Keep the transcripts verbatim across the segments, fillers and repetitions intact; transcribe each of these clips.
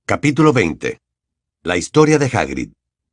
Capítulo veinte. La historia de Hagrid.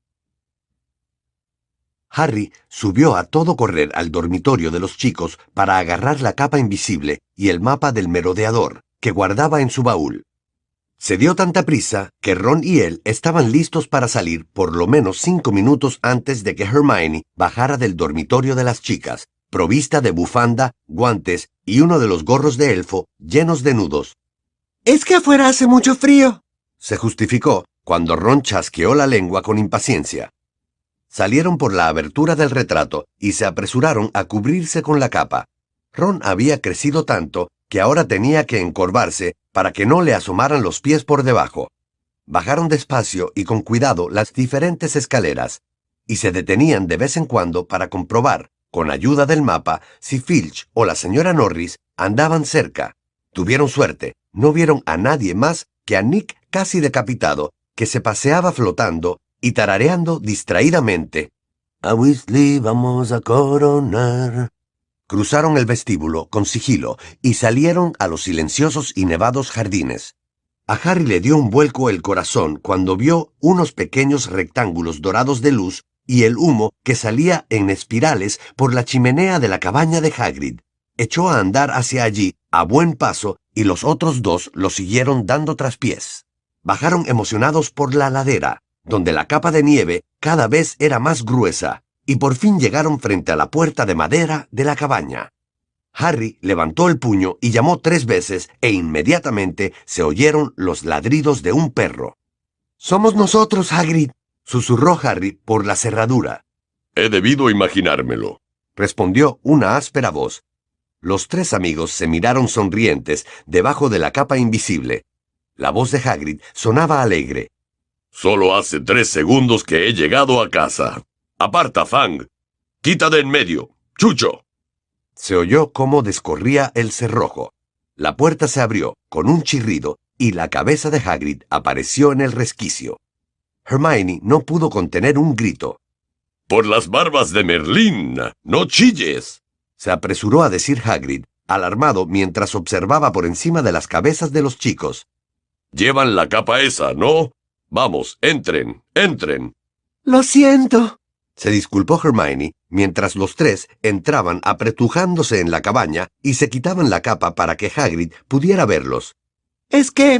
Harry subió a todo correr al dormitorio de los chicos para agarrar la capa invisible y el mapa del merodeador que guardaba en su baúl. Se dio tanta prisa que Ron y él estaban listos para salir por lo menos cinco minutos antes de que Hermione bajara del dormitorio de las chicas, provista de bufanda, guantes y uno de los gorros de elfo llenos de nudos. «Es que afuera hace mucho frío», se justificó cuando Ron chasqueó la lengua con impaciencia. Salieron por la abertura del retrato y se apresuraron a cubrirse con la capa. Ron había crecido tanto que ahora tenía que encorvarse para que no le asomaran los pies por debajo. Bajaron despacio y con cuidado las diferentes escaleras, y se detenían de vez en cuando para comprobar, con ayuda del mapa, si Filch o la señora Norris andaban cerca. Tuvieron suerte, no vieron a nadie más que a Nick casi decapitado, que se paseaba flotando y tarareando distraídamente. A Weasley vamos a coronar. Cruzaron el vestíbulo con sigilo y salieron a los silenciosos y nevados jardines. A Harry le dio un vuelco el corazón cuando vio unos pequeños rectángulos dorados de luz y el humo que salía en espirales por la chimenea de la cabaña de Hagrid. Echó a andar hacia allí a buen paso y los otros dos lo siguieron dando traspiés. Bajaron emocionados por la ladera, donde la capa de nieve cada vez era más gruesa, y por fin llegaron frente a la puerta de madera de la cabaña. Harry levantó el puño y llamó tres veces e inmediatamente se oyeron los ladridos de un perro. «Somos nosotros, Hagrid», susurró Harry por la cerradura. «He debido imaginármelo», respondió una áspera voz. Los tres amigos se miraron sonrientes debajo de la capa invisible. La voz de Hagrid sonaba alegre. «Solo hace tres segundos que he llegado a casa. Aparta, Fang. Quita de en medio. Chucho». Se oyó cómo descorría el cerrojo. La puerta se abrió con un chirrido y la cabeza de Hagrid apareció en el resquicio. Hermione no pudo contener un grito. «Por las barbas de Merlín, no chilles», se apresuró a decir Hagrid, alarmado mientras observaba por encima de las cabezas de los chicos. «Llevan la capa esa, ¿no? Vamos, entren, entren». «Lo siento», se disculpó Hermione mientras los tres entraban apretujándose en la cabaña y se quitaban la capa para que Hagrid pudiera verlos. «Es que...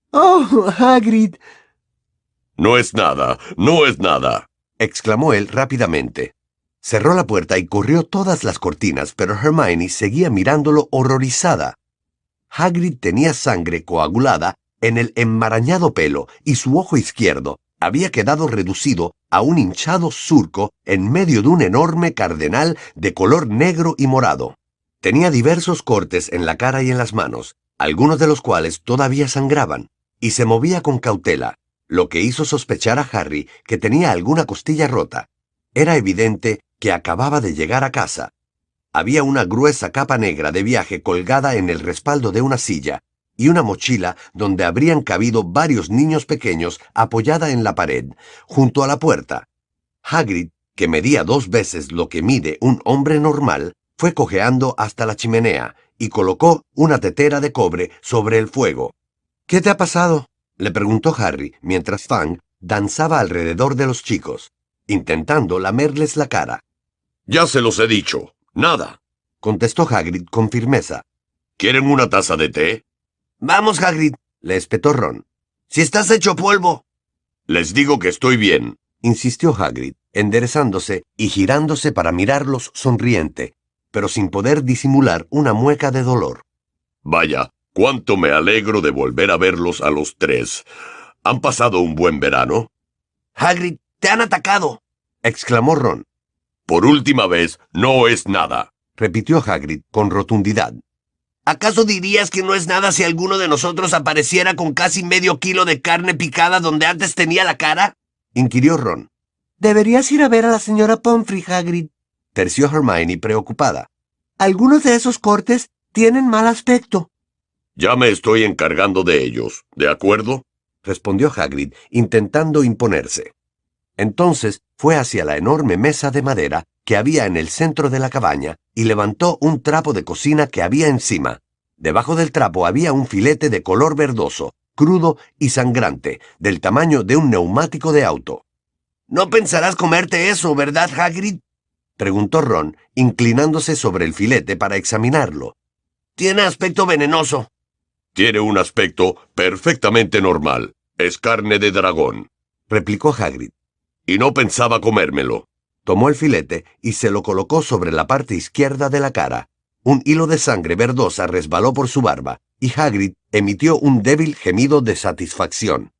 ¡Oh, Hagrid!» «No es nada, no es nada», exclamó él rápidamente. Cerró la puerta y corrió todas las cortinas, pero Hermione seguía mirándolo horrorizada. Hagrid tenía sangre coagulada en el enmarañado pelo y su ojo izquierdo había quedado reducido a un hinchado surco en medio de un enorme cardenal de color negro y morado. Tenía diversos cortes en la cara y en las manos, algunos de los cuales todavía sangraban, y se movía con cautela, lo que hizo sospechar a Harry que tenía alguna costilla rota. Era evidente que acababa de llegar a casa. Había una gruesa capa negra de viaje colgada en el respaldo de una silla, y una mochila donde habrían cabido varios niños pequeños apoyada en la pared, junto a la puerta. Hagrid, que medía dos veces lo que mide un hombre normal, fue cojeando hasta la chimenea y colocó una tetera de cobre sobre el fuego. «¿Qué te ha pasado?», le preguntó Harry mientras Fang danzaba alrededor de los chicos, intentando lamerles la cara. «Ya se los he dicho, nada», contestó Hagrid con firmeza. «¿Quieren una taza de té?» «Vamos, Hagrid», le espetó Ron. «Si estás hecho polvo». «Les digo que estoy bien», insistió Hagrid, enderezándose y girándose para mirarlos sonriente, pero sin poder disimular una mueca de dolor. «Vaya, cuánto me alegro de volver a verlos a los tres. ¿Han pasado un buen verano?» «Hagrid, te han atacado», exclamó Ron. «Por última vez, no es nada», repitió Hagrid con rotundidad. «¿Acaso dirías que no es nada si alguno de nosotros apareciera con casi medio kilo de carne picada donde antes tenía la cara?» inquirió Ron. «Deberías ir a ver a la señora Pomfrey, Hagrid», terció Hermione preocupada. «Algunos de esos cortes tienen mal aspecto». «Ya me estoy encargando de ellos, ¿de acuerdo?», respondió Hagrid, intentando imponerse. Entonces fue hacia la enorme mesa de madera que había en el centro de la cabaña y levantó un trapo de cocina que había encima. Debajo del trapo había un filete de color verdoso, crudo y sangrante, del tamaño de un neumático de auto. No pensarás comerte eso, ¿verdad, Hagrid? Preguntó Ron, inclinándose sobre el filete para examinarlo. Tiene aspecto venenoso. Tiene un aspecto perfectamente normal. Es carne de dragón, replicó Hagrid. Y no pensaba comérmelo. Tomó el filete y se lo colocó sobre la parte izquierda de la cara. Un hilo de sangre verdosa resbaló por su barba, y Hagrid emitió un débil gemido de satisfacción.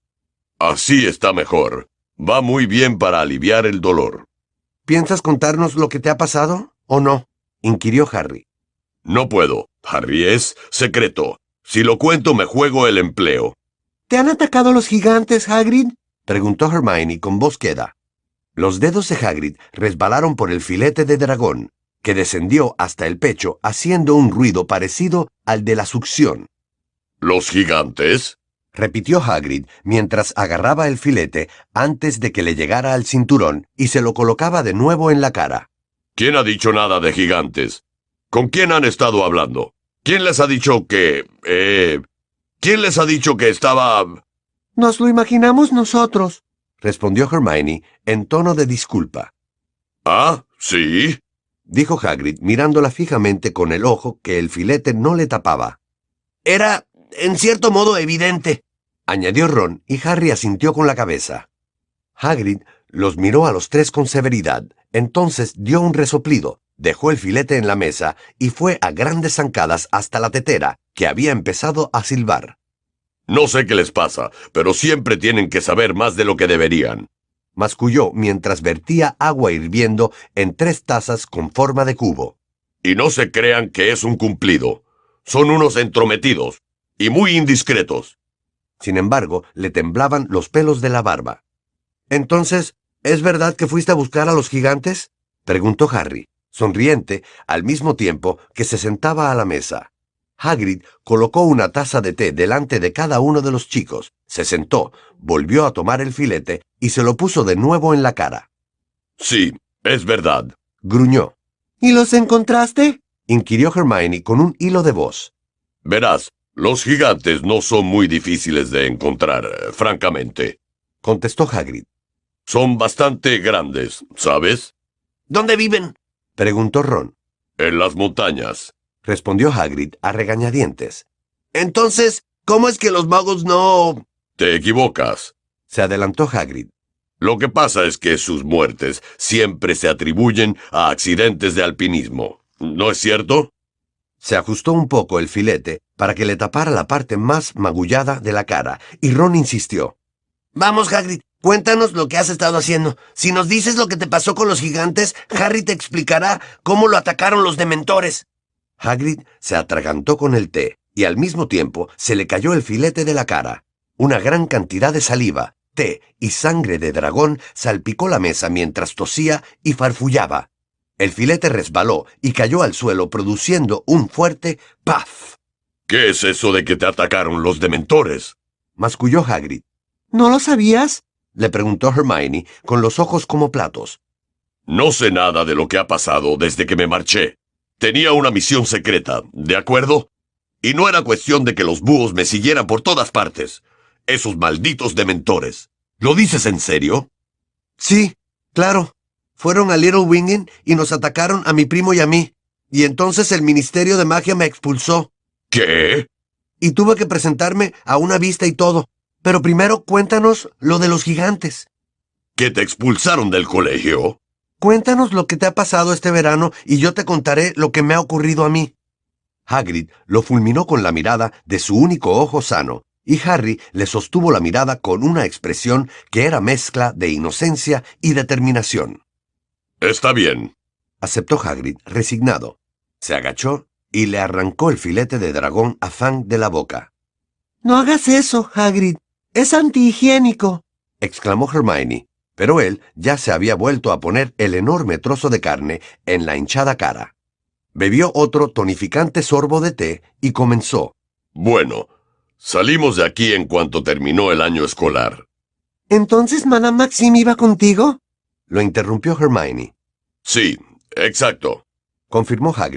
Así está mejor. Va muy bien para aliviar el dolor. ¿Piensas contarnos lo que te ha pasado, o no?, inquirió Harry. No puedo. Harry, es secreto. Si lo cuento me juego el empleo. ¿Te han atacado los gigantes, Hagrid?, preguntó Hermione con voz queda. Los dedos de Hagrid resbalaron por el filete de dragón, que descendió hasta el pecho haciendo un ruido parecido al de la succión. ¿Los gigantes?, repitió Hagrid mientras agarraba el filete antes de que le llegara al cinturón y se lo colocaba de nuevo en la cara. ¿Quién ha dicho nada de gigantes? ¿Con quién han estado hablando? ¿Quién les ha dicho que... eh... ¿Quién les ha dicho que estaba...? Nos lo imaginamos nosotros, respondió Hermione en tono de disculpa. ¿Ah, sí?, dijo Hagrid mirándola fijamente con el ojo que el filete no le tapaba. Era, en cierto modo, evidente, añadió Ron, y Harry asintió con la cabeza. Hagrid los miró a los tres con severidad, entonces dio un resoplido, dejó el filete en la mesa y fue a grandes zancadas hasta la tetera, que había empezado a silbar. No sé qué les pasa, pero siempre tienen que saber más de lo que deberían, masculló mientras vertía agua hirviendo en tres tazas con forma de cubo. Y no se crean que es un cumplido. Son unos entrometidos y muy indiscretos. Sin embargo, le temblaban los pelos de la barba. Entonces, ¿es verdad que fuiste a buscar a los gigantes?, preguntó Harry, sonriente al mismo tiempo que se sentaba a la mesa. Hagrid colocó una taza de té delante de cada uno de los chicos, se sentó, volvió a tomar el filete y se lo puso de nuevo en la cara. Sí, es verdad, gruñó. ¿Y los encontraste?, inquirió Hermione con un hilo de voz. Verás, los gigantes no son muy difíciles de encontrar, eh, francamente, contestó Hagrid. Son bastante grandes, ¿sabes? ¿Dónde viven?, preguntó Ron. En las montañas, respondió Hagrid a regañadientes. Entonces, ¿cómo es que los magos no...? Te equivocas, se adelantó Hagrid. Lo que pasa es que sus muertes siempre se atribuyen a accidentes de alpinismo, ¿no es cierto? Se ajustó un poco el filete para que le tapara la parte más magullada de la cara, y Ron insistió. Vamos, Hagrid, cuéntanos lo que has estado haciendo. Si nos dices lo que te pasó con los gigantes, Harry te explicará cómo lo atacaron los dementores. Hagrid se atragantó con el té, y al mismo tiempo se le cayó el filete de la cara. Una gran cantidad de saliva, té y sangre de dragón salpicó la mesa mientras tosía y farfullaba. El filete resbaló y cayó al suelo produciendo un fuerte ¡paf! ¿Qué es eso de que te atacaron los dementores?, masculló Hagrid. ¿No lo sabías?, le preguntó Hermione con los ojos como platos. No sé nada de lo que ha pasado desde que me marché. Tenía una misión secreta, ¿de acuerdo? Y no era cuestión de que los búhos me siguieran por todas partes. Esos malditos dementores. ¿Lo dices en serio? Sí, claro. Fueron a Little Wingen y nos atacaron a mi primo y a mí. Y entonces el Ministerio de Magia me expulsó. ¿Qué? Y tuve que presentarme a una vista y todo. Pero primero cuéntanos lo de los gigantes. ¿Que te expulsaron del colegio? Cuéntanos lo que te ha pasado este verano y yo te contaré lo que me ha ocurrido a mí. Hagrid lo fulminó con la mirada de su único ojo sano, y Harry le sostuvo la mirada con una expresión que era mezcla de inocencia y determinación. Está bien, aceptó Hagrid, resignado. Se agachó y le arrancó el filete de dragón a Fang de la boca. «No hagas eso, Hagrid. Es antihigiénico», exclamó Hermione, pero él ya se había vuelto a poner el enorme trozo de carne en la hinchada cara. Bebió otro tonificante sorbo de té y comenzó. Bueno, salimos de aquí en cuanto terminó el año escolar. ¿Entonces Madame Maxime iba contigo?, lo interrumpió Hermione. Sí, exacto, confirmó Hagrid.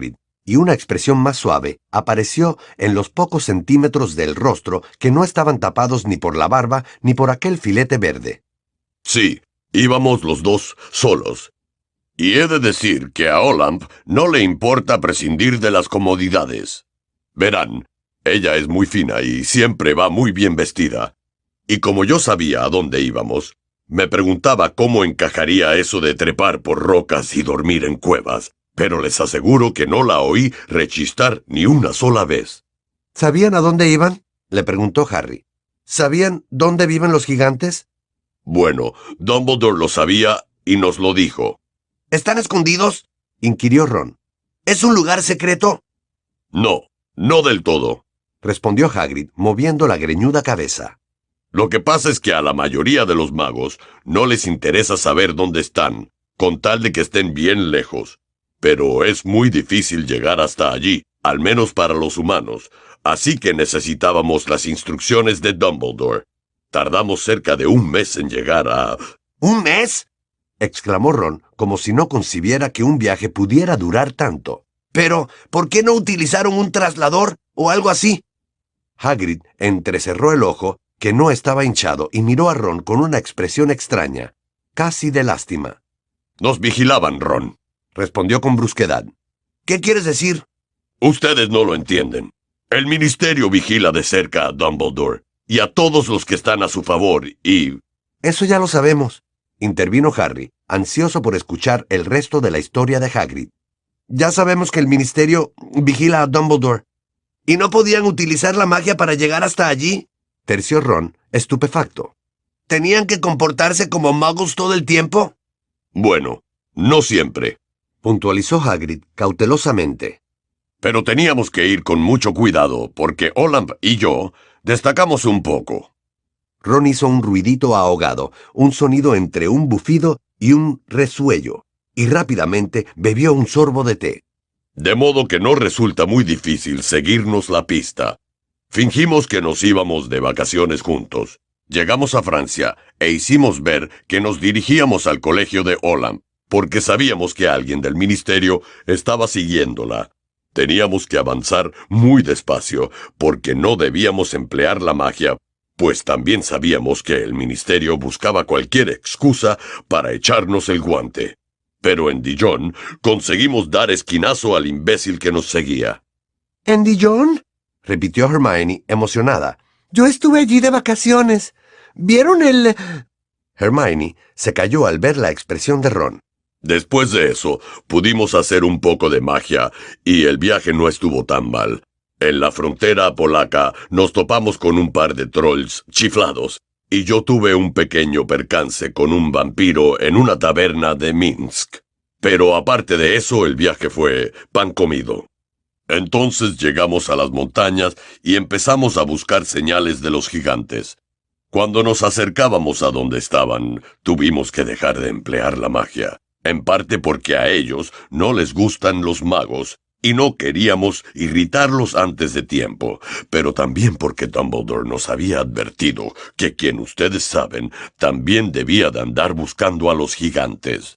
y una expresión más suave apareció en los pocos centímetros del rostro que no estaban tapados ni por la barba ni por aquel filete verde. Sí, íbamos los dos solos. Y he de decir que a Ollamp no le importa prescindir de las comodidades. Verán, ella es muy fina y siempre va muy bien vestida. Y como yo sabía a dónde íbamos, me preguntaba cómo encajaría eso de trepar por rocas y dormir en cuevas, pero les aseguro que no la oí rechistar ni una sola vez. ¿Sabían a dónde iban?, le preguntó Harry. ¿Sabían dónde viven los gigantes? Bueno, Dumbledore lo sabía y nos lo dijo. ¿Están escondidos?, inquirió Ron. ¿Es un lugar secreto? No, no del todo, respondió Hagrid, moviendo la greñuda cabeza. Lo que pasa es que a la mayoría de los magos no les interesa saber dónde están, con tal de que estén bien lejos. Pero es muy difícil llegar hasta allí, al menos para los humanos, así que necesitábamos las instrucciones de Dumbledore. Tardamos cerca de un mes en llegar a... ¿Un mes?, exclamó Ron, como si no concibiera que un viaje pudiera durar tanto. Pero, ¿por qué no utilizaron un traslador o algo así? Hagrid entrecerró el ojo, que no estaba hinchado, y miró a Ron con una expresión extraña, casi de lástima. Nos vigilaban, Ron, respondió con brusquedad. ¿Qué quieres decir? Ustedes no lo entienden. El ministerio vigila de cerca a Dumbledore y a todos los que están a su favor y... Eso ya lo sabemos, intervino Harry, ansioso por escuchar el resto de la historia de Hagrid. Ya sabemos que el ministerio vigila a Dumbledore. ¿Y no podían utilizar la magia para llegar hasta allí?, terció Ron, estupefacto. ¿Tenían que comportarse como magos todo el tiempo? Bueno, no siempre, puntualizó Hagrid cautelosamente. Pero teníamos que ir con mucho cuidado, porque Ollamp y yo destacamos un poco. Ron hizo un ruidito ahogado, un sonido entre un bufido y un resuello, y rápidamente bebió un sorbo de té. De modo que no resulta muy difícil seguirnos la pista. Fingimos que nos íbamos de vacaciones juntos. Llegamos a Francia e hicimos ver que nos dirigíamos al colegio de Ollamp, porque sabíamos que alguien del ministerio estaba siguiéndola. Teníamos que avanzar muy despacio, porque no debíamos emplear la magia, pues también sabíamos que el ministerio buscaba cualquier excusa para echarnos el guante. Pero en Dijon conseguimos dar esquinazo al imbécil que nos seguía. ¿En Dijon?, repitió Hermione, emocionada. Yo estuve allí de vacaciones. ¿Vieron el...? Hermione se calló al ver la expresión de Ron. Después de eso, pudimos hacer un poco de magia, y el viaje no estuvo tan mal. En la frontera polaca nos topamos con un par de trolls chiflados, y yo tuve un pequeño percance con un vampiro en una taberna de Minsk. Pero aparte de eso, el viaje fue pan comido. Entonces llegamos a las montañas y empezamos a buscar señales de los gigantes. Cuando nos acercábamos a donde estaban, tuvimos que dejar de emplear la magia, en parte porque a ellos no les gustan los magos, y no queríamos irritarlos antes de tiempo, pero también porque Dumbledore nos había advertido que quien ustedes saben también debía de andar buscando a los gigantes.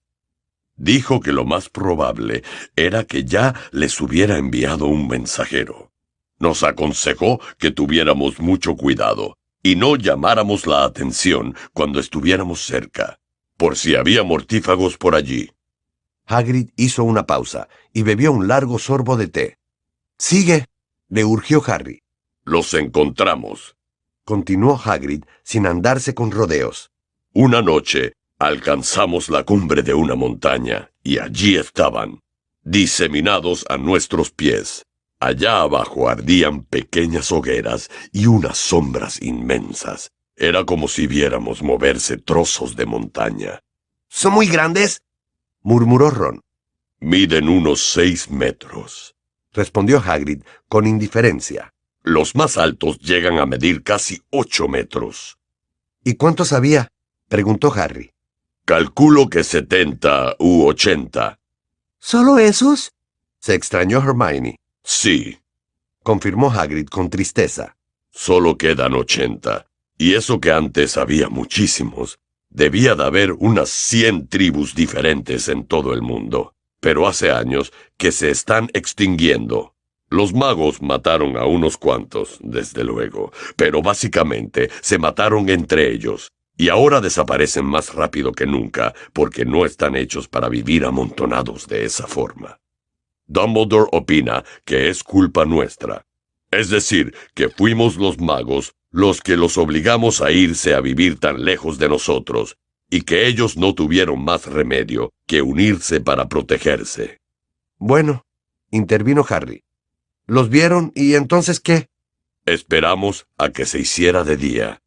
Dijo que lo más probable era que ya les hubiera enviado un mensajero. Nos aconsejó que tuviéramos mucho cuidado y no llamáramos la atención cuando estuviéramos cerca, por si había mortífagos por allí. Hagrid hizo una pausa y bebió un largo sorbo de té. «Sigue», le urgió Harry. «Los encontramos», continuó Hagrid sin andarse con rodeos. «Una noche alcanzamos la cumbre de una montaña y allí estaban, diseminados a nuestros pies. Allá abajo ardían pequeñas hogueras y unas sombras inmensas. Era como si viéramos moverse trozos de montaña». ¿Son muy grandes?, murmuró Ron. «Miden unos seis metros», respondió Hagrid con indiferencia. «Los más altos llegan a medir casi ocho metros». «¿Y cuántos había?», preguntó Harry. «Calculo que setenta u ochenta». ¿Solo esos?, se extrañó Hermione. «Sí», confirmó Hagrid con tristeza. «Solo quedan ochenta, y eso que antes había muchísimos. Debía de haber unas cien tribus diferentes en todo el mundo. pero hace años que se están extinguiendo. Los magos mataron a unos cuantos, desde luego, pero básicamente se mataron entre ellos, y ahora desaparecen más rápido que nunca porque no están hechos para vivir amontonados de esa forma. Dumbledore opina que es culpa nuestra. Es decir, que fuimos los magos los que los obligamos a irse a vivir tan lejos de nosotros, y que ellos no tuvieron más remedio que unirse para protegerse. Bueno, intervino Harry. ¿Los vieron y entonces qué? Esperamos a que se hiciera de día.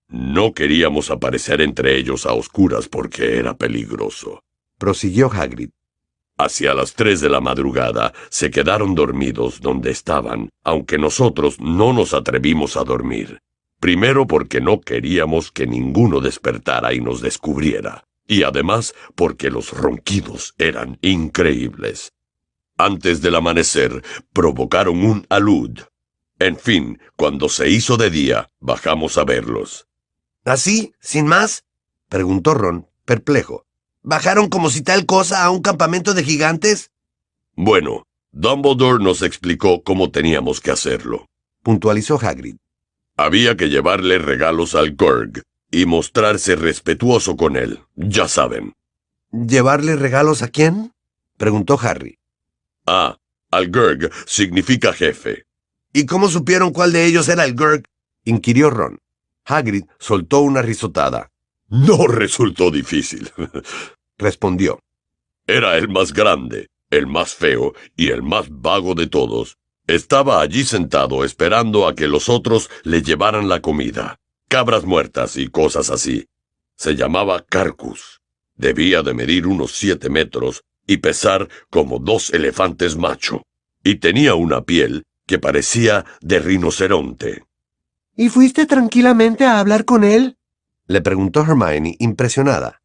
No queríamos aparecer entre ellos a oscuras porque era peligroso. Prosiguió Hagrid. Hacia las tres de la madrugada se quedaron dormidos donde estaban, aunque nosotros no nos atrevimos a dormir. Primero porque no queríamos que ninguno despertara y nos descubriera, y además porque los ronquidos eran increíbles. Antes del amanecer provocaron un alud. En fin, cuando se hizo de día, bajamos a verlos. ¿Así? ¿Sin más? Preguntó Ron, perplejo. ¿Bajaron como si tal cosa a un campamento de gigantes? Bueno, Dumbledore nos explicó cómo teníamos que hacerlo. Puntualizó Hagrid. Había que llevarle regalos al Gurg y mostrarse respetuoso con él, ya saben. ¿Llevarle regalos a quién? Preguntó Harry. Ah, al Gurg significa jefe. ¿Y cómo supieron cuál de ellos era el Gurg? Inquirió Ron. Hagrid soltó una risotada. No resultó difícil, respondió. Era el más grande, el más feo y el más vago de todos. Estaba allí sentado esperando a que los otros le llevaran la comida, cabras muertas y cosas así. Se llamaba Carcus. Debía de medir unos siete metros y pesar como dos elefantes macho. Y tenía una piel que parecía de rinoceronte. ¿Y fuiste tranquilamente a hablar con él? Le preguntó Hermione, impresionada.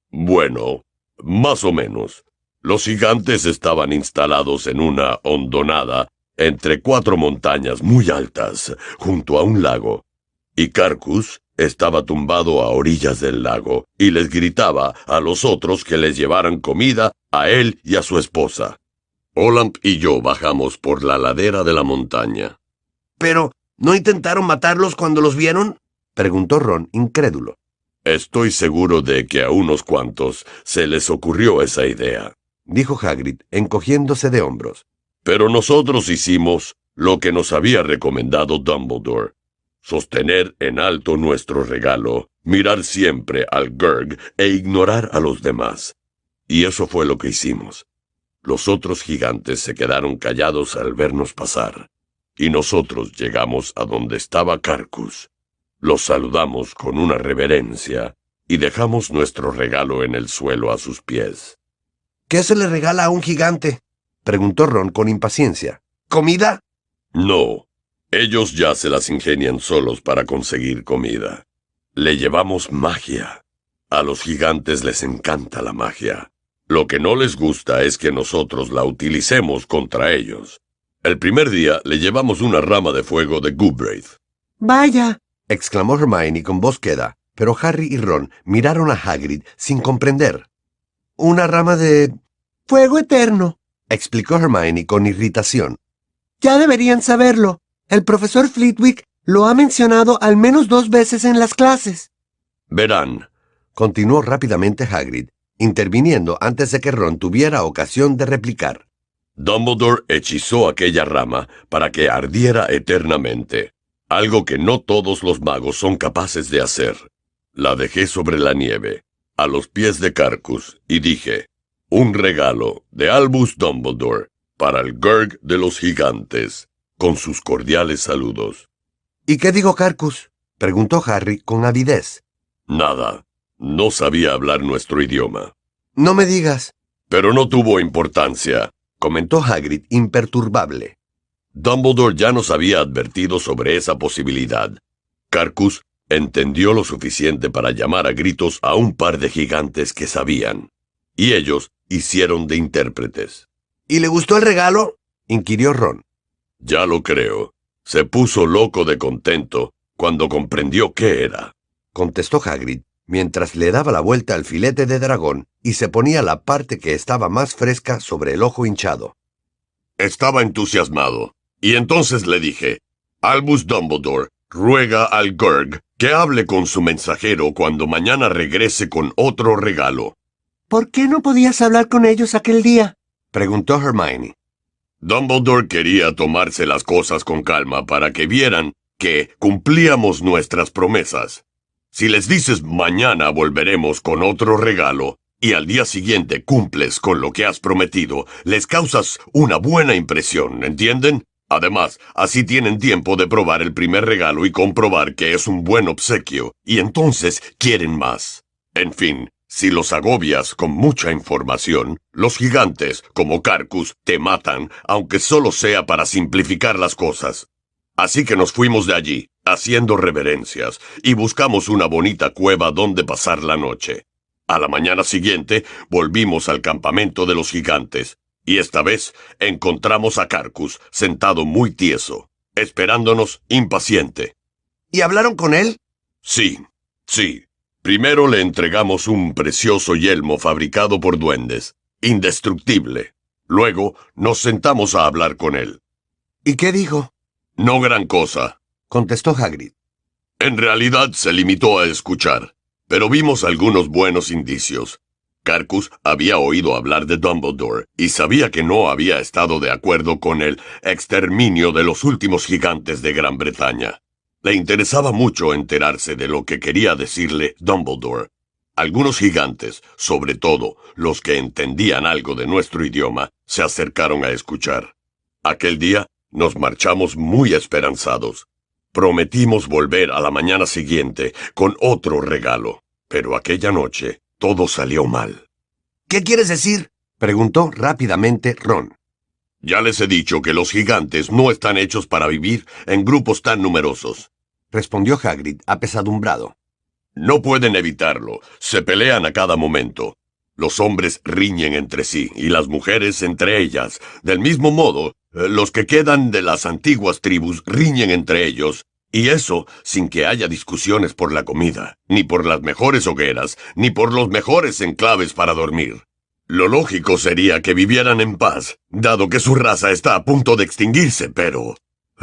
Bueno, más o menos. Los gigantes estaban instalados en una hondonada entre cuatro montañas muy altas, junto a un lago, y Carcus estaba tumbado a orillas del lago y les gritaba a los otros que les llevaran comida a él y a su esposa. Ollamp y yo bajamos por la ladera de la montaña. Pero, ¿no intentaron matarlos cuando los vieron? Preguntó Ron, incrédulo. Estoy seguro de que a unos cuantos se les ocurrió esa idea, dijo Hagrid, encogiéndose de hombros. Pero nosotros hicimos lo que nos había recomendado Dumbledore. Sostener en alto nuestro regalo, mirar siempre al Gurg e ignorar a los demás. Y eso fue lo que hicimos. Los otros gigantes se quedaron callados al vernos pasar, y nosotros llegamos a donde estaba Carcus. Los saludamos con una reverencia y dejamos nuestro regalo en el suelo a sus pies. ¿Qué se le regala a un gigante? Preguntó Ron con impaciencia. ¿Comida? No, ellos ya se las ingenian solos para conseguir comida. Le llevamos magia. A los gigantes les encanta la magia. Lo que no les gusta es que nosotros la utilicemos contra ellos. El primer día le llevamos una rama de fuego de Gubraith. ¡Vaya!, exclamó Hermione con voz queda, pero Harry y Ron miraron a Hagrid sin comprender. «Una rama de... fuego eterno», explicó Hermione con irritación. «Ya deberían saberlo. El profesor Flitwick lo ha mencionado al menos dos veces en las clases». Verán, continuó rápidamente Hagrid, interviniendo antes de que Ron tuviera ocasión de replicar. Dumbledore hechizó aquella rama para que ardiera eternamente, algo que no todos los magos son capaces de hacer. La dejé sobre la nieve, a los pies de Carcus, y dije, un regalo de Albus Dumbledore para el Gurg de los gigantes, con sus cordiales saludos. ¿Y qué dijo Carcus?, preguntó Harry con avidez. Nada, no sabía hablar nuestro idioma. No me digas. Pero no tuvo importancia, comentó Hagrid imperturbable. Dumbledore ya nos había advertido sobre esa posibilidad. Carcus entendió lo suficiente para llamar a gritos a un par de gigantes que sabían, y ellos hicieron de intérpretes. ¿Y le gustó el regalo?, inquirió Ron. Ya lo creo. Se puso loco de contento cuando comprendió qué era, contestó Hagrid, mientras le daba la vuelta al filete de dragón y se ponía la parte que estaba más fresca sobre el ojo hinchado. Estaba entusiasmado, y entonces le dije, Albus Dumbledore ruega al Gurg que hable con su mensajero cuando mañana regrese con otro regalo. ¿Por qué no podías hablar con ellos aquel día? Preguntó Hermione. Dumbledore quería tomarse las cosas con calma para que vieran que cumplíamos nuestras promesas. Si les dices mañana volveremos con otro regalo, y al día siguiente cumples con lo que has prometido, les causas una buena impresión, ¿entienden? Además, así tienen tiempo de probar el primer regalo y comprobar que es un buen obsequio, y entonces quieren más. En fin, si los agobias con mucha información, los gigantes, como Carcus, te matan, aunque solo sea para simplificar las cosas. Así que nos fuimos de allí, haciendo reverencias, y buscamos una bonita cueva donde pasar la noche. A la mañana siguiente, volvimos al campamento de los gigantes, y esta vez encontramos a Carcus sentado muy tieso, esperándonos impaciente. ¿Y hablaron con él? Sí, sí. Primero le entregamos un precioso yelmo fabricado por duendes, indestructible. Luego nos sentamos a hablar con él. ¿Y qué dijo? No gran cosa, contestó Hagrid. En realidad se limitó a escuchar, pero vimos algunos buenos indicios. Carcus había oído hablar de Dumbledore y sabía que no había estado de acuerdo con el exterminio de los últimos gigantes de Gran Bretaña. Le interesaba mucho enterarse de lo que quería decirle Dumbledore. Algunos gigantes, sobre todo los que entendían algo de nuestro idioma, se acercaron a escuchar. Aquel día nos marchamos muy esperanzados. Prometimos volver a la mañana siguiente con otro regalo, pero aquella noche todo salió mal. ¿Qué quieres decir? Preguntó rápidamente Ron. Ya les he dicho que los gigantes no están hechos para vivir en grupos tan numerosos, respondió Hagrid, apesadumbrado. No pueden evitarlo, se pelean a cada momento. Los hombres riñen entre sí y las mujeres entre ellas. Del mismo modo, los que quedan de las antiguas tribus riñen entre ellos, y eso sin que haya discusiones por la comida, ni por las mejores hogueras, ni por los mejores enclaves para dormir. Lo lógico sería que vivieran en paz, dado que su raza está a punto de extinguirse, pero...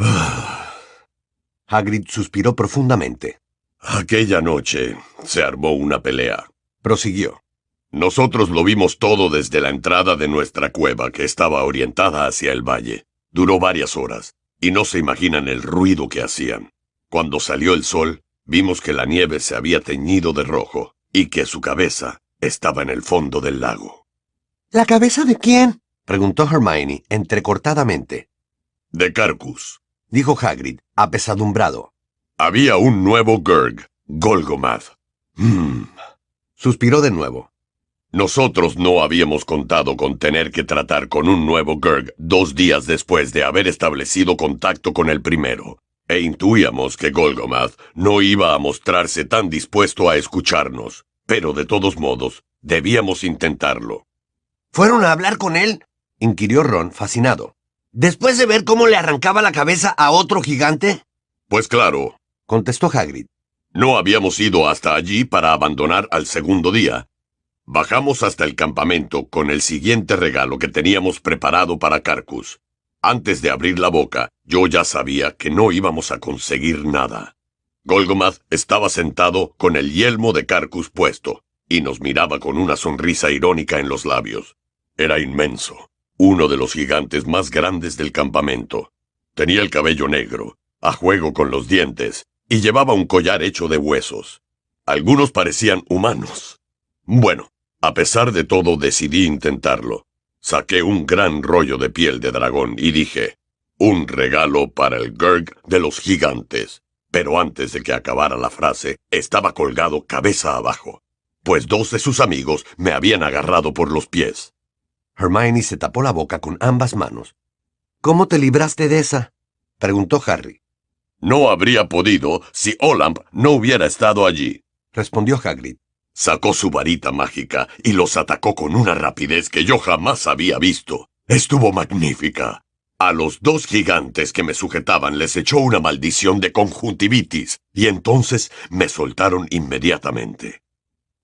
Hagrid suspiró profundamente. Aquella noche se armó una pelea. Prosiguió. Nosotros lo vimos todo desde la entrada de nuestra cueva, que estaba orientada hacia el valle. Duró varias horas, y no se imaginan el ruido que hacían. Cuando salió el sol, vimos que la nieve se había teñido de rojo, y que su cabeza estaba en el fondo del lago. ¿La cabeza de quién? Preguntó Hermione, entrecortadamente. De Carcus, dijo Hagrid, apesadumbrado. Había un nuevo Gurg, Golgomath. Hmm. Suspiró de nuevo. Nosotros no habíamos contado con tener que tratar con un nuevo Gurg dos días después de haber establecido contacto con el primero, e intuíamos que Golgomath no iba a mostrarse tan dispuesto a escucharnos, pero de todos modos, debíamos intentarlo. ¿Fueron a hablar con él? Inquirió Ron, fascinado. ¿Después de ver cómo le arrancaba la cabeza a otro gigante? Pues claro, contestó Hagrid. No habíamos ido hasta allí para abandonar al segundo día. Bajamos hasta el campamento con el siguiente regalo que teníamos preparado para Carcus. Antes de abrir la boca, yo ya sabía que no íbamos a conseguir nada. Golgomath estaba sentado con el yelmo de Carcus puesto, y nos miraba con una sonrisa irónica en los labios. Era inmenso, uno de los gigantes más grandes del campamento. Tenía el cabello negro, a juego con los dientes, y llevaba un collar hecho de huesos. Algunos parecían humanos. Bueno, a pesar de todo decidí intentarlo. Saqué un gran rollo de piel de dragón y dije, un regalo para el Gurg de los gigantes. Pero antes de que acabara la frase, estaba colgado cabeza abajo, pues dos de sus amigos me habían agarrado por los pies. Hermione se tapó la boca con ambas manos. ¿Cómo te libraste de esa?, preguntó Harry. No habría podido si Ollamp no hubiera estado allí, respondió Hagrid. Sacó su varita mágica y los atacó con una rapidez que yo jamás había visto. Estuvo magnífica. A los dos gigantes que me sujetaban les echó una maldición de conjuntivitis, y entonces me soltaron inmediatamente.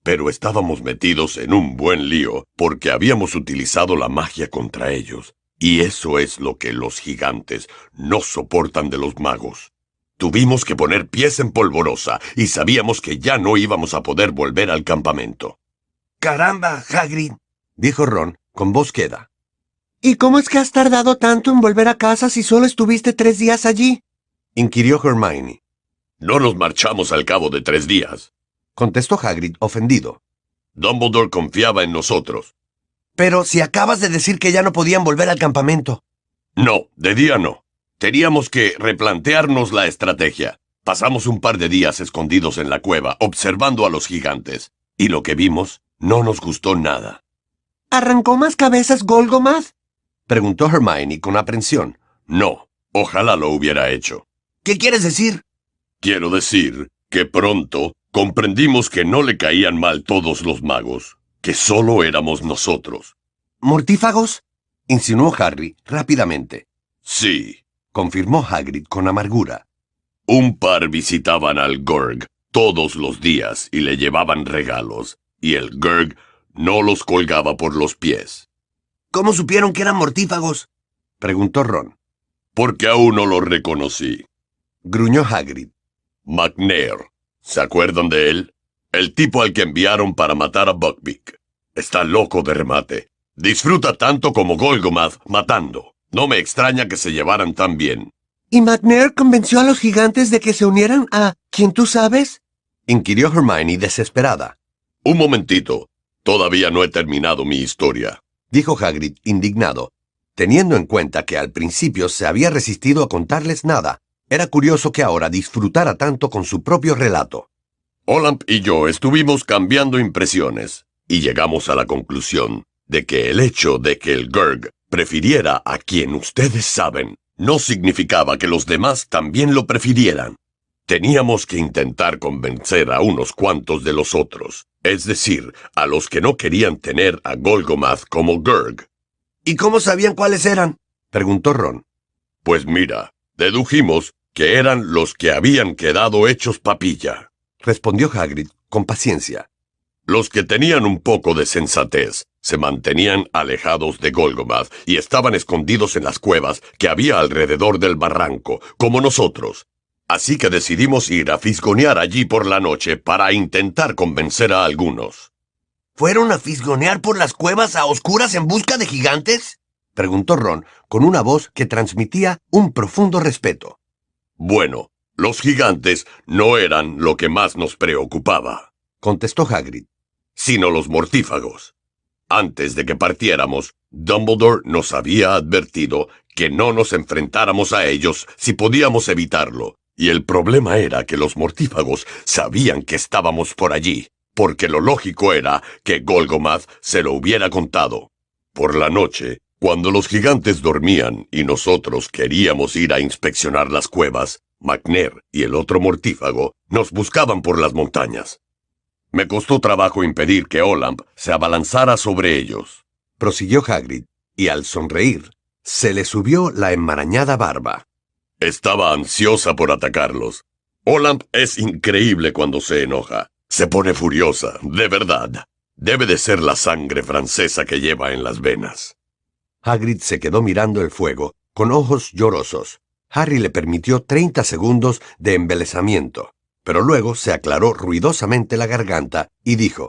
Pero estábamos metidos en un buen lío porque habíamos utilizado la magia contra ellos. Y eso es lo que los gigantes no soportan de los magos. Tuvimos que poner pies en polvorosa y sabíamos que ya no íbamos a poder volver al campamento. ¡Caramba, Hagrid!, dijo Ron con voz queda. ¿Y cómo es que has tardado tanto en volver a casa si solo estuviste tres días allí?, inquirió Hermione. No nos marchamos al cabo de tres días, contestó Hagrid ofendido. Dumbledore confiaba en nosotros. Pero si acabas de decir que ya no podían volver al campamento. No, de día no. Teníamos que replantearnos la estrategia. Pasamos un par de días escondidos en la cueva, observando a los gigantes. Y lo que vimos no nos gustó nada. ¿Arrancó más cabezas Golgomath?, preguntó Hermione con aprensión. No, ojalá lo hubiera hecho. ¿Qué quieres decir? Quiero decir que pronto comprendimos que no le caían mal todos los magos, que solo éramos nosotros. ¿Mortífagos?, insinuó Harry rápidamente. Sí, confirmó Hagrid con amargura. Un par visitaban al Gurg todos los días y le llevaban regalos, y el Gurg no los colgaba por los pies. ¿Cómo supieron que eran mortífagos?, preguntó Ron. Porque aún no lo reconocí. Gruñó Hagrid. McNair. ¿Se acuerdan de él? El tipo al que enviaron para matar a Buckbeak. Está loco de remate. Disfruta tanto como Golgomath matando. No me extraña que se llevaran tan bien. ¿Y McNair convenció a los gigantes de que se unieran a quien tú sabes?, inquirió Hermione desesperada. Un momentito. Todavía no he terminado mi historia, dijo Hagrid indignado. Teniendo en cuenta que al principio se había resistido a contarles nada, era curioso que ahora disfrutara tanto con su propio relato. Ollamp y yo estuvimos cambiando impresiones, y llegamos a la conclusión de que el hecho de que el Gurg prefiriera a quien ustedes saben no significaba que los demás también lo prefirieran. Teníamos que intentar convencer a unos cuantos de los otros, es decir, a los que no querían tener a Golgomath como Gurg. ¿Y cómo sabían cuáles eran?, preguntó Ron. Pues mira, dedujimos que eran los que habían quedado hechos papilla, respondió Hagrid con paciencia. Los que tenían un poco de sensatez se mantenían alejados de Golgomath y estaban escondidos en las cuevas que había alrededor del barranco, como nosotros. Así que decidimos ir a fisgonear allí por la noche para intentar convencer a algunos. ¿Fueron a fisgonear por las cuevas a oscuras en busca de gigantes?, preguntó Ron con una voz que transmitía un profundo respeto. Bueno, los gigantes no eran lo que más nos preocupaba, contestó Hagrid, sino los mortífagos. Antes de que partiéramos, Dumbledore nos había advertido que no nos enfrentáramos a ellos si podíamos evitarlo, y el problema era que los mortífagos sabían que estábamos por allí, porque lo lógico era que Golgomath se lo hubiera contado. Por la noche, cuando los gigantes dormían y nosotros queríamos ir a inspeccionar las cuevas, McNair y el otro mortífago nos buscaban por las montañas. Me costó trabajo impedir que Ollamp se abalanzara sobre ellos, prosiguió Hagrid, y al sonreír, se le subió la enmarañada barba. Estaba ansiosa por atacarlos. Ollamp es increíble cuando se enoja. Se pone furiosa, de verdad. Debe de ser la sangre francesa que lleva en las venas. Hagrid se quedó mirando el fuego, con ojos llorosos. Harry le permitió treinta segundos de embelesamiento, pero luego se aclaró ruidosamente la garganta y dijo: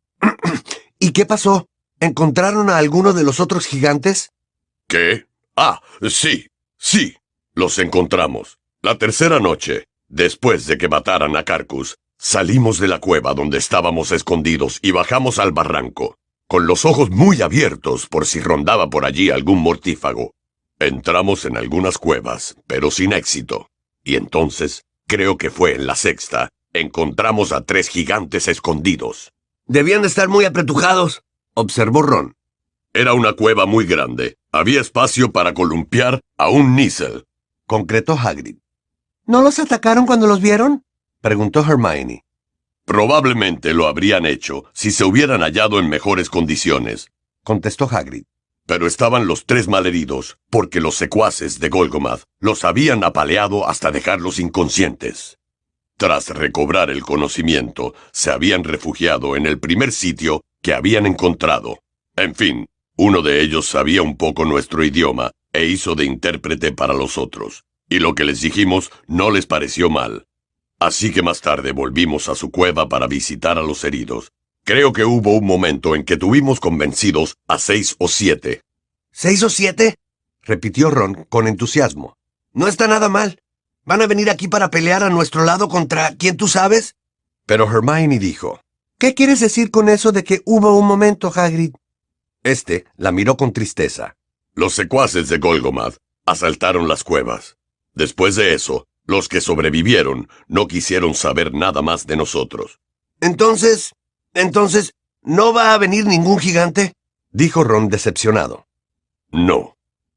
¿Y qué pasó? ¿Encontraron a alguno de los otros gigantes? ¿Qué? Ah, sí, sí, los encontramos. La tercera noche, después de que mataran a Carcus, salimos de la cueva donde estábamos escondidos y bajamos al barranco, con los ojos muy abiertos por si rondaba por allí algún mortífago. Entramos en algunas cuevas, pero sin éxito. Y entonces, creo que fue en la sexta, encontramos a tres gigantes escondidos. Debían de estar muy apretujados, observó Ron. Era una cueva muy grande. Había espacio para columpiar a un Nizzle, concretó Hagrid. ¿No los atacaron cuando los vieron?, preguntó Hermione. Probablemente lo habrían hecho si se hubieran hallado en mejores condiciones, contestó Hagrid. Pero estaban los tres malheridos, porque los secuaces de Golgomath los habían apaleado hasta dejarlos inconscientes. Tras recobrar el conocimiento, se habían refugiado en el primer sitio que habían encontrado. En fin, uno de ellos sabía un poco nuestro idioma e hizo de intérprete para los otros, y lo que les dijimos no les pareció mal. Así que más tarde volvimos a su cueva para visitar a los heridos. Creo que hubo un momento en que tuvimos convencidos a seis o siete. ¿Seis o siete? Repitió Ron con entusiasmo. No está nada mal. ¿Van a venir aquí para pelear a nuestro lado contra quién tú sabes? Pero Hermione dijo: ¿Qué quieres decir con eso de que hubo un momento, Hagrid? Este la miró con tristeza. Los secuaces de Golgomath asaltaron las cuevas. Después de eso, los que sobrevivieron no quisieron saber nada más de nosotros. Entonces, entonces, ¿no va a venir ningún gigante? Dijo Ron decepcionado. No.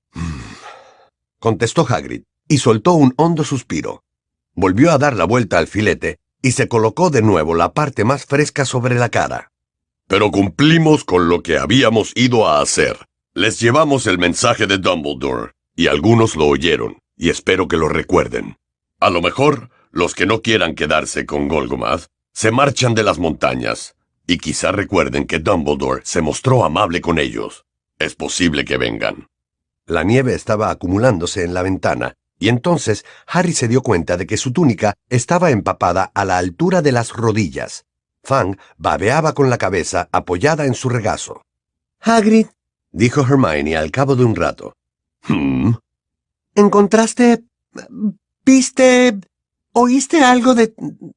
Contestó Hagrid, y soltó un hondo suspiro. Volvió a dar la vuelta al filete, y se colocó de nuevo la parte más fresca sobre la cara. Pero cumplimos con lo que habíamos ido a hacer. Les llevamos el mensaje de Dumbledore, y algunos lo oyeron, y espero que lo recuerden. A lo mejor, los que no quieran quedarse con Golgomath, se marchan de las montañas, y quizá recuerden que Dumbledore se mostró amable con ellos. Es posible que vengan. La nieve estaba acumulándose en la ventana, y entonces Harry se dio cuenta de que su túnica estaba empapada a la altura de las rodillas. Fang babeaba con la cabeza apoyada en su regazo. Hagrid, Dijo Hermione al cabo de un rato. Hmm. ¿encontraste... viste... oíste algo de...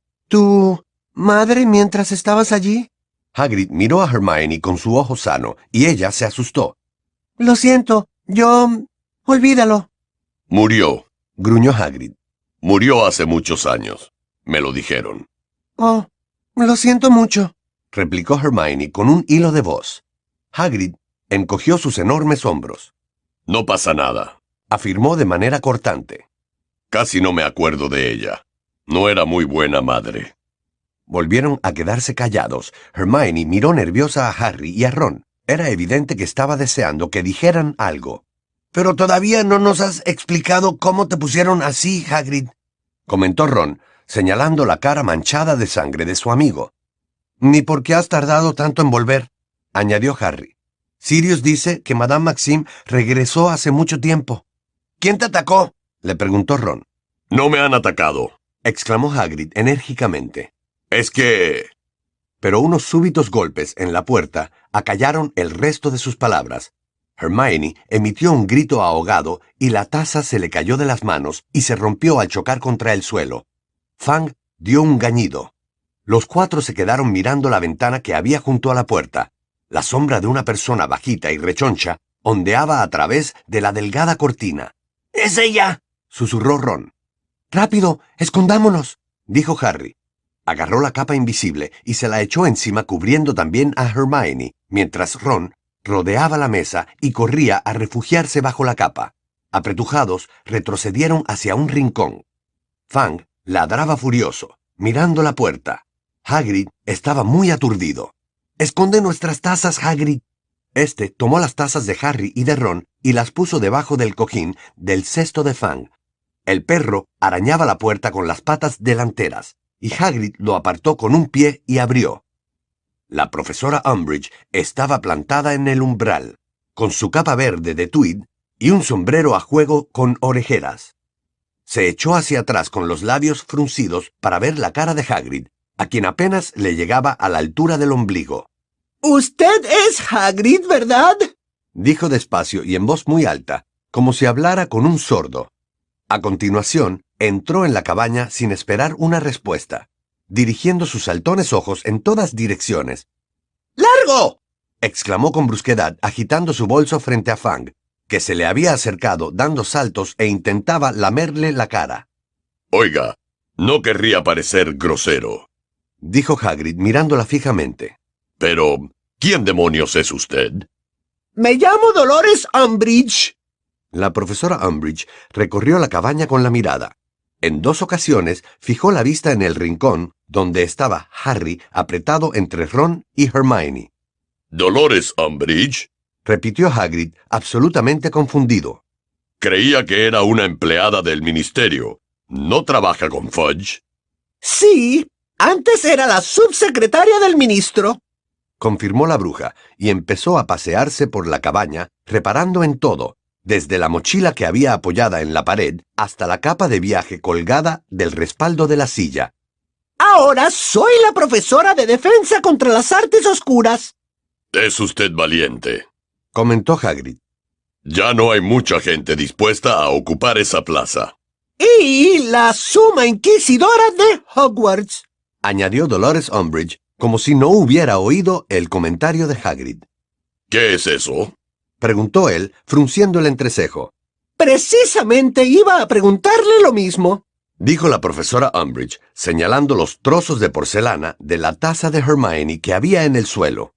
tu... madre mientras estabas allí? Hagrid miró a Hermione con su ojo sano, y ella se asustó. Lo siento, yo... olvídalo. Murió. Gruñó Hagrid. Murió hace muchos años. Me lo dijeron. Oh, lo siento mucho. Replicó Hermione con un hilo de voz. Hagrid encogió sus enormes hombros. No pasa nada. Afirmó de manera cortante. Casi no me acuerdo de ella. No era muy buena madre. Volvieron a quedarse callados. Hermione miró nerviosa a Harry y a Ron. Era evidente que estaba deseando que dijeran algo. Pero todavía no nos has explicado cómo te pusieron así, Hagrid. Comentó Ron, señalando la cara manchada de sangre de su amigo. Ni por qué has tardado tanto en volver, Añadió Harry. Sirius dice que Madame Maxime regresó hace mucho tiempo. ¿Quién te atacó? Le preguntó Ron. No me han atacado. Exclamó Hagrid enérgicamente. Es que... Pero unos súbitos golpes en la puerta acallaron el resto de sus palabras. Hermione emitió un grito ahogado y la taza se le cayó de las manos y se rompió al chocar contra el suelo. Fang dio un gañido. Los cuatro se quedaron mirando la ventana que había junto a la puerta. La sombra de una persona bajita y rechoncha ondeaba a través de la delgada cortina. ¡Es ella!, susurró Ron. ¡Rápido, escondámonos!, dijo Harry. Agarró la capa invisible y se la echó encima cubriendo también a Hermione, mientras Ron rodeaba la mesa y corría a refugiarse bajo la capa. Apretujados, retrocedieron hacia un rincón. Fang ladraba furioso, mirando la puerta. Hagrid estaba muy aturdido. ¡Esconde nuestras tazas, Hagrid! Este tomó las tazas de Harry y de Ron y las puso debajo del cojín del cesto de Fang. El perro arañaba la puerta con las patas delanteras, y Hagrid lo apartó con un pie y abrió. La profesora Umbridge estaba plantada en el umbral, con su capa verde de tweed y un sombrero a juego con orejeras. Se echó hacia atrás con los labios fruncidos para ver la cara de Hagrid, a quien apenas le llegaba a la altura del ombligo. «Usted es Hagrid, ¿verdad?», dijo despacio y en voz muy alta, como si hablara con un sordo. A continuación, entró en la cabaña sin esperar una respuesta, dirigiendo sus saltones ojos en todas direcciones. ¡Largo!, exclamó con brusquedad, agitando su bolso frente a Fang, que se le había acercado dando saltos e intentaba lamerle la cara. Oiga, no querría parecer grosero, dijo Hagrid mirándola fijamente. Pero, ¿quién demonios es usted? «Me llamo Dolores Umbridge». La profesora Umbridge recorrió la cabaña con la mirada. En dos ocasiones fijó la vista en el rincón donde estaba Harry apretado entre Ron y Hermione. ¿Dolores Umbridge?, repitió Hagrid, absolutamente confundido. Creía que era una empleada del ministerio. ¿No trabaja con Fudge? Sí, antes era la subsecretaria del ministro. Confirmó la bruja, y empezó a pasearse por la cabaña, reparando en todo, desde la mochila que había apoyada en la pared hasta la capa de viaje colgada del respaldo de la silla. Ahora soy la profesora de defensa contra las artes oscuras. Es usted valiente. Comentó Hagrid. Ya no hay mucha gente dispuesta a ocupar esa plaza. Y la suma inquisidora de Hogwarts. Añadió Dolores Umbridge, como si no hubiera oído el comentario de Hagrid. ¿Qué es eso? Preguntó él, frunciendo el entrecejo. Precisamente iba a preguntarle lo mismo, Dijo la profesora Umbridge, señalando los trozos de porcelana de la taza de Hermione que había en el suelo.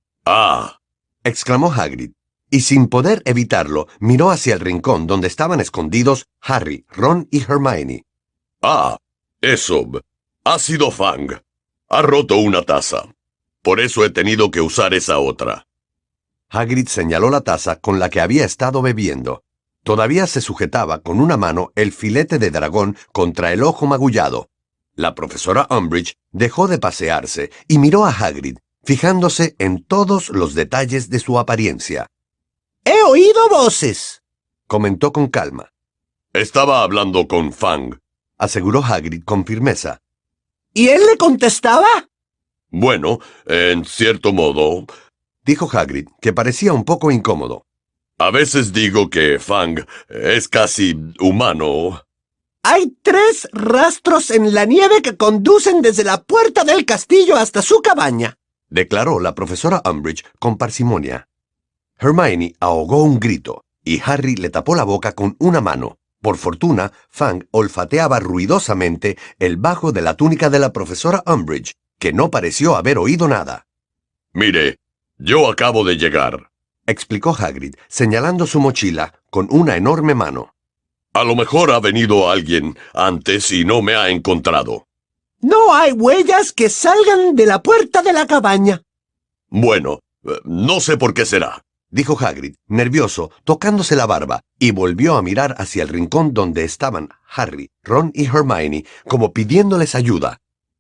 Ah, Exclamó Hagrid, y sin poder evitarlo, miró hacia el rincón donde estaban escondidos Harry, Ron y Hermione. ah, eso. Ha sido Fang. Ha roto una taza. Por eso he tenido que usar esa otra. Hagrid señaló la taza con la que había estado bebiendo. Todavía se sujetaba con una mano el filete de dragón contra el ojo magullado. La profesora Umbridge dejó de pasearse y miró a Hagrid, fijándose en todos los detalles de su apariencia. he oído voces. Comentó con calma. Estaba hablando con Fang. Aseguró Hagrid con firmeza. ¿Y él le contestaba? Bueno, en cierto modo, Dijo Hagrid, que parecía un poco incómodo. a veces digo que Fang es casi humano. Hay tres rastros en la nieve que conducen desde la puerta del castillo hasta su cabaña. Declaró la profesora Umbridge con parsimonia. Hermione ahogó un grito, y Harry le tapó la boca con una mano. Por fortuna, Fang olfateaba ruidosamente el bajo de la túnica de la profesora Umbridge, que no pareció haber oído nada. Mire, yo acabo de llegar. Explicó Hagrid, señalando su mochila con una enorme mano. A lo mejor ha venido alguien antes y no me ha encontrado. No hay huellas que salgan de la puerta de la cabaña. Bueno, eh, no sé por qué será. Dijo Hagrid, nervioso, tocándose la barba, y volvió a mirar hacia el rincón donde estaban Harry, Ron y Hermione, como pidiéndoles ayuda.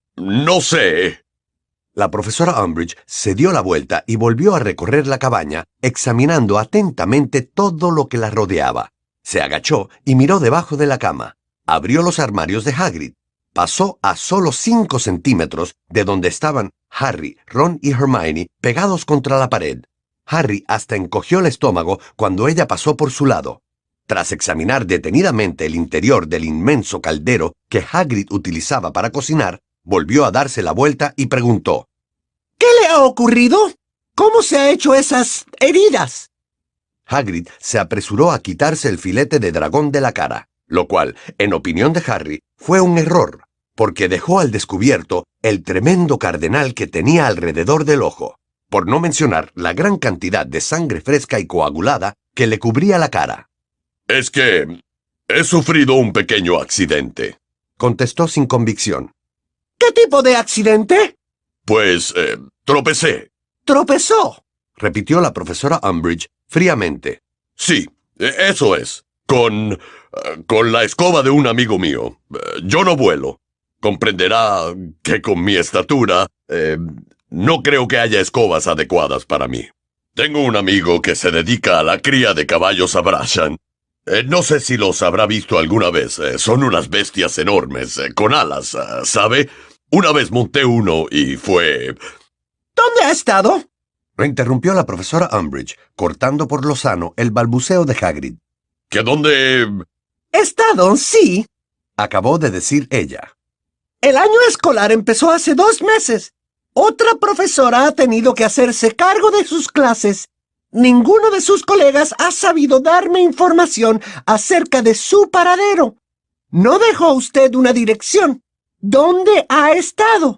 No sé. La profesora Umbridge se dio la vuelta y volvió a recorrer la cabaña, examinando atentamente todo lo que la rodeaba. Se agachó y miró debajo de la cama. Abrió los armarios de Hagrid. Pasó a solo cinco centímetros de donde estaban Harry, Ron y Hermione pegados contra la pared. Harry hasta encogió el estómago cuando ella pasó por su lado. Tras examinar detenidamente el interior del inmenso caldero que Hagrid utilizaba para cocinar, volvió a darse la vuelta y preguntó. ¿Qué le ha ocurrido? ¿Cómo se ha hecho esas heridas? Hagrid se apresuró a quitarse el filete de dragón de la cara, lo cual, en opinión de Harry, fue un error, porque dejó al descubierto el tremendo cardenal que tenía alrededor del ojo, por no mencionar la gran cantidad de sangre fresca y coagulada que le cubría la cara. Es que he sufrido un pequeño accidente. Contestó sin convicción. ¿Qué tipo de accidente? Pues eh, tropecé. Tropezó. Repitió la profesora Umbridge fríamente. Sí, eh, eso es. Con... eh, con la escoba de un amigo mío. Eh, yo no vuelo. Comprenderá que con mi estatura... eh, no creo que haya escobas adecuadas para mí. Tengo un amigo que se dedica a la cría de caballos Abrashan. Eh, no sé si los habrá visto alguna vez. Eh, son unas bestias enormes, eh, con alas, eh, ¿sabe? Una vez monté uno y fue... ¿Dónde ha estado? Lo interrumpió la profesora Umbridge, cortando por lo sano el balbuceo de Hagrid. ¿Que dónde...? Estado, sí. Acabó de decir ella. El año escolar empezó hace dos meses. Otra profesora ha tenido que hacerse cargo de sus clases. Ninguno de sus colegas ha sabido darme información acerca de su paradero. No dejó usted una dirección. ¿Dónde ha estado?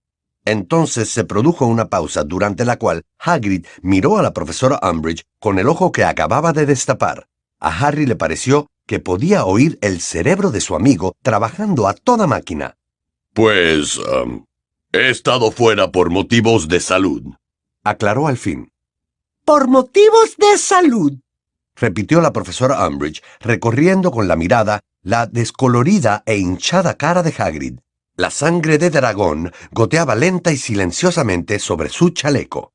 Entonces se produjo una pausa durante la cual Hagrid miró a la profesora Umbridge con el ojo que acababa de destapar. A Harry le pareció que podía oír el cerebro de su amigo trabajando a toda máquina. Pues... um, he estado fuera por motivos de salud. Aclaró al fin. Por motivos de salud. Repitió la profesora Umbridge, recorriendo con la mirada la descolorida e hinchada cara de Hagrid. La sangre de dragón goteaba lenta y silenciosamente sobre su chaleco.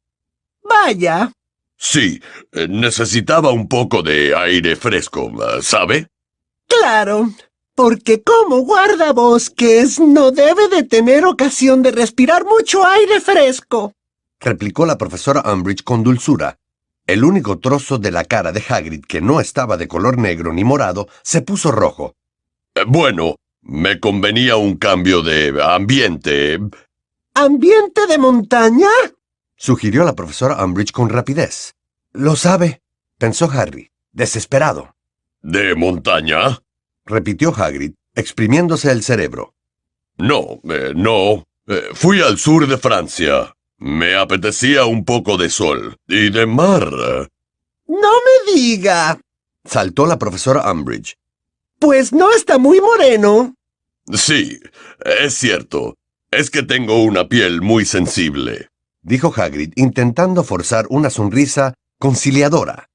Vaya. Sí, eh, necesitaba un poco de aire fresco, ¿sabe? Claro, porque como guardabosques no debe de tener ocasión de respirar mucho aire fresco, replicó la profesora Umbridge con dulzura. El único trozo de la cara de Hagrid que no estaba de color negro ni morado se puso rojo. Eh, bueno, me convenía un cambio de ambiente. ¿Ambiente de montaña? Sugirió la profesora Umbridge con rapidez. Lo sabe, pensó Harry, desesperado. ¿De montaña? Repitió Hagrid, exprimiéndose el cerebro. No, eh, no. Eh, fui al sur de Francia. Me apetecía un poco de sol y de mar. No me diga. Saltó la profesora Umbridge. Pues no está muy moreno. Sí, es cierto. Es que tengo una piel muy sensible, dijo Hagrid, intentando forzar una sonrisa conciliadora.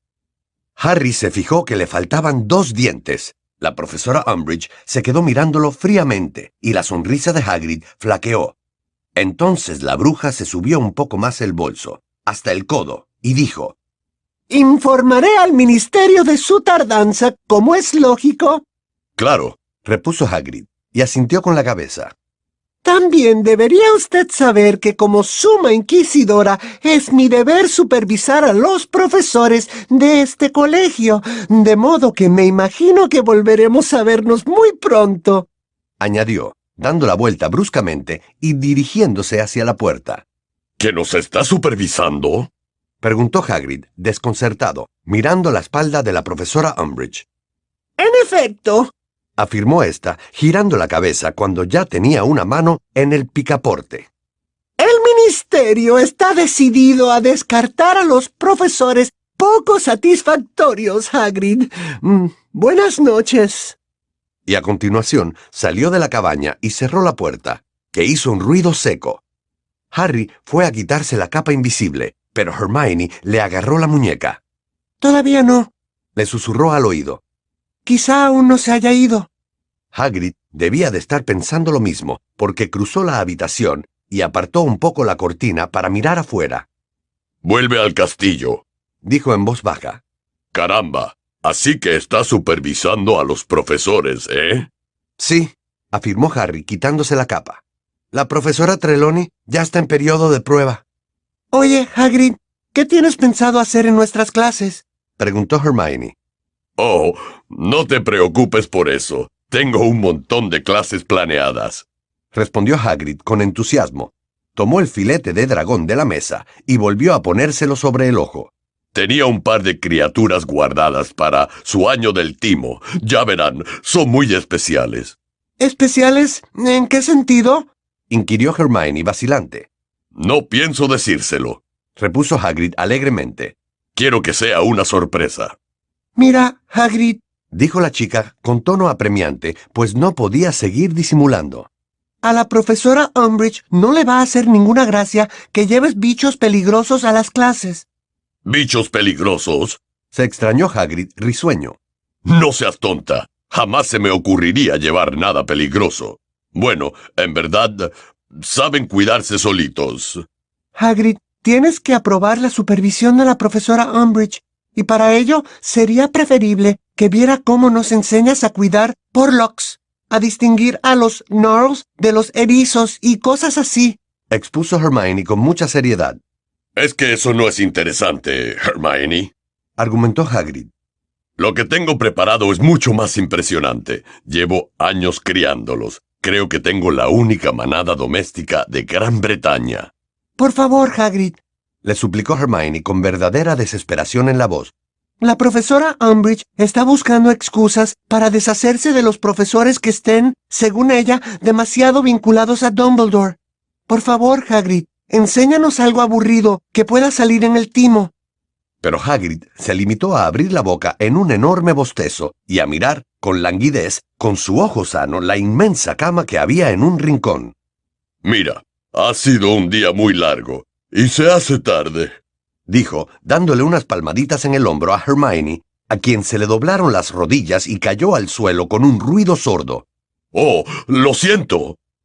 Harry se fijó que le faltaban dos dientes. La profesora Umbridge se quedó mirándolo fríamente y la sonrisa de Hagrid flaqueó. Entonces la bruja se subió un poco más el bolso, hasta el codo, y dijo: «Informaré al ministerio de su tardanza, como es lógico». Claro, repuso Hagrid, y asintió con la cabeza. También debería usted saber que como suma inquisidora es mi deber supervisar a los profesores de este colegio, de modo que me imagino que volveremos a vernos muy pronto, añadió, dando la vuelta bruscamente y dirigiéndose hacia la puerta. ¿Que nos está supervisando?, preguntó Hagrid, desconcertado, mirando la espalda de la profesora Umbridge. En efecto, afirmó ésta, girando la cabeza cuando ya tenía una mano en el picaporte. El ministerio está decidido a descartar a los profesores poco satisfactorios, Hagrid. Mm, buenas noches. Y a continuación salió de la cabaña y cerró la puerta, que hizo un ruido seco. Harry fue a quitarse la capa invisible, pero Hermione le agarró la muñeca. Todavía no, le susurró al oído. Quizá aún no se haya ido. Hagrid debía de estar pensando lo mismo, porque cruzó la habitación y apartó un poco la cortina para mirar afuera. «Vuelve al castillo», dijo en voz baja. «Caramba, así que está supervisando a los profesores, ¿eh?» Sí, afirmó Harry, quitándose la capa. La profesora Trelawney ya está en periodo de prueba. Oye, Hagrid, ¿qué tienes pensado hacer en nuestras clases?, preguntó Hermione. Oh, no te preocupes por eso. Tengo un montón de clases planeadas, respondió Hagrid con entusiasmo. Tomó el filete de dragón de la mesa y volvió a ponérselo sobre el ojo. Tenía un par de criaturas guardadas para su año del timo. Ya verán, son muy especiales. ¿Especiales? ¿En qué sentido?, inquirió Hermione vacilante. No pienso decírselo, repuso Hagrid alegremente. Quiero que sea una sorpresa. Mira, Hagrid, dijo la chica con tono apremiante, pues no podía seguir disimulando. A la profesora Umbridge no le va a hacer ninguna gracia que lleves bichos peligrosos a las clases. ¿Bichos peligrosos?, se extrañó Hagrid risueño. No seas tonta. Jamás se me ocurriría llevar nada peligroso. Bueno, en verdad, saben cuidarse solitos. Hagrid, tienes que aprobar la supervisión de la profesora Umbridge. Y para ello sería preferible que viera cómo nos enseñas a cuidar Porlocks, a distinguir a los Gnarls de los erizos y cosas así, expuso Hermione con mucha seriedad. Es que eso no es interesante, Hermione, argumentó Hagrid. Lo que tengo preparado es mucho más impresionante. Llevo años criándolos. Creo que tengo la única manada doméstica de Gran Bretaña. Por favor, Hagrid, le suplicó Hermione con verdadera desesperación en la voz. La profesora Umbridge está buscando excusas para deshacerse de los profesores que estén, según ella, demasiado vinculados a Dumbledore. Por favor, Hagrid, enséñanos algo aburrido que pueda salir en el timo. Pero Hagrid se limitó a abrir la boca en un enorme bostezo y a mirar, con languidez, con su ojo sano, la inmensa cama que había en un rincón. Mira, ha sido un día muy largo. Y se hace tarde, dijo, dándole unas palmaditas en el hombro a Hermione, a quien se le doblaron las rodillas y cayó al suelo con un ruido sordo. Oh, lo siento,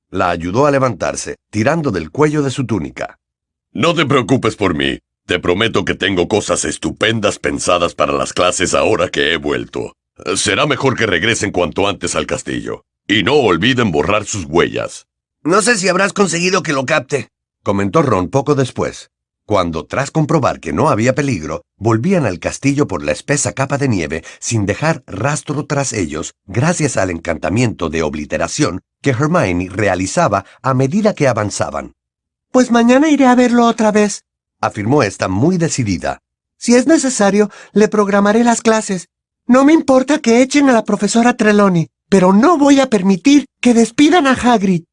La ayudó a levantarse, tirando del cuello de su túnica. No te preocupes por mí. Te prometo que tengo cosas estupendas pensadas para las clases ahora que he vuelto. Será mejor que regresen cuanto antes al castillo. Y no olviden borrar sus huellas. No sé si habrás conseguido que lo capte, comentó Ron poco después, cuando, tras comprobar que no había peligro, volvían al castillo por la espesa capa de nieve sin dejar rastro tras ellos, gracias al encantamiento de obliteración que Hermione realizaba a medida que avanzaban. Pues mañana iré a verlo otra vez, afirmó esta muy decidida. Si es necesario, le programaré las clases. No me importa que echen a la profesora Trelawney, pero no voy a permitir que despidan a Hagrid.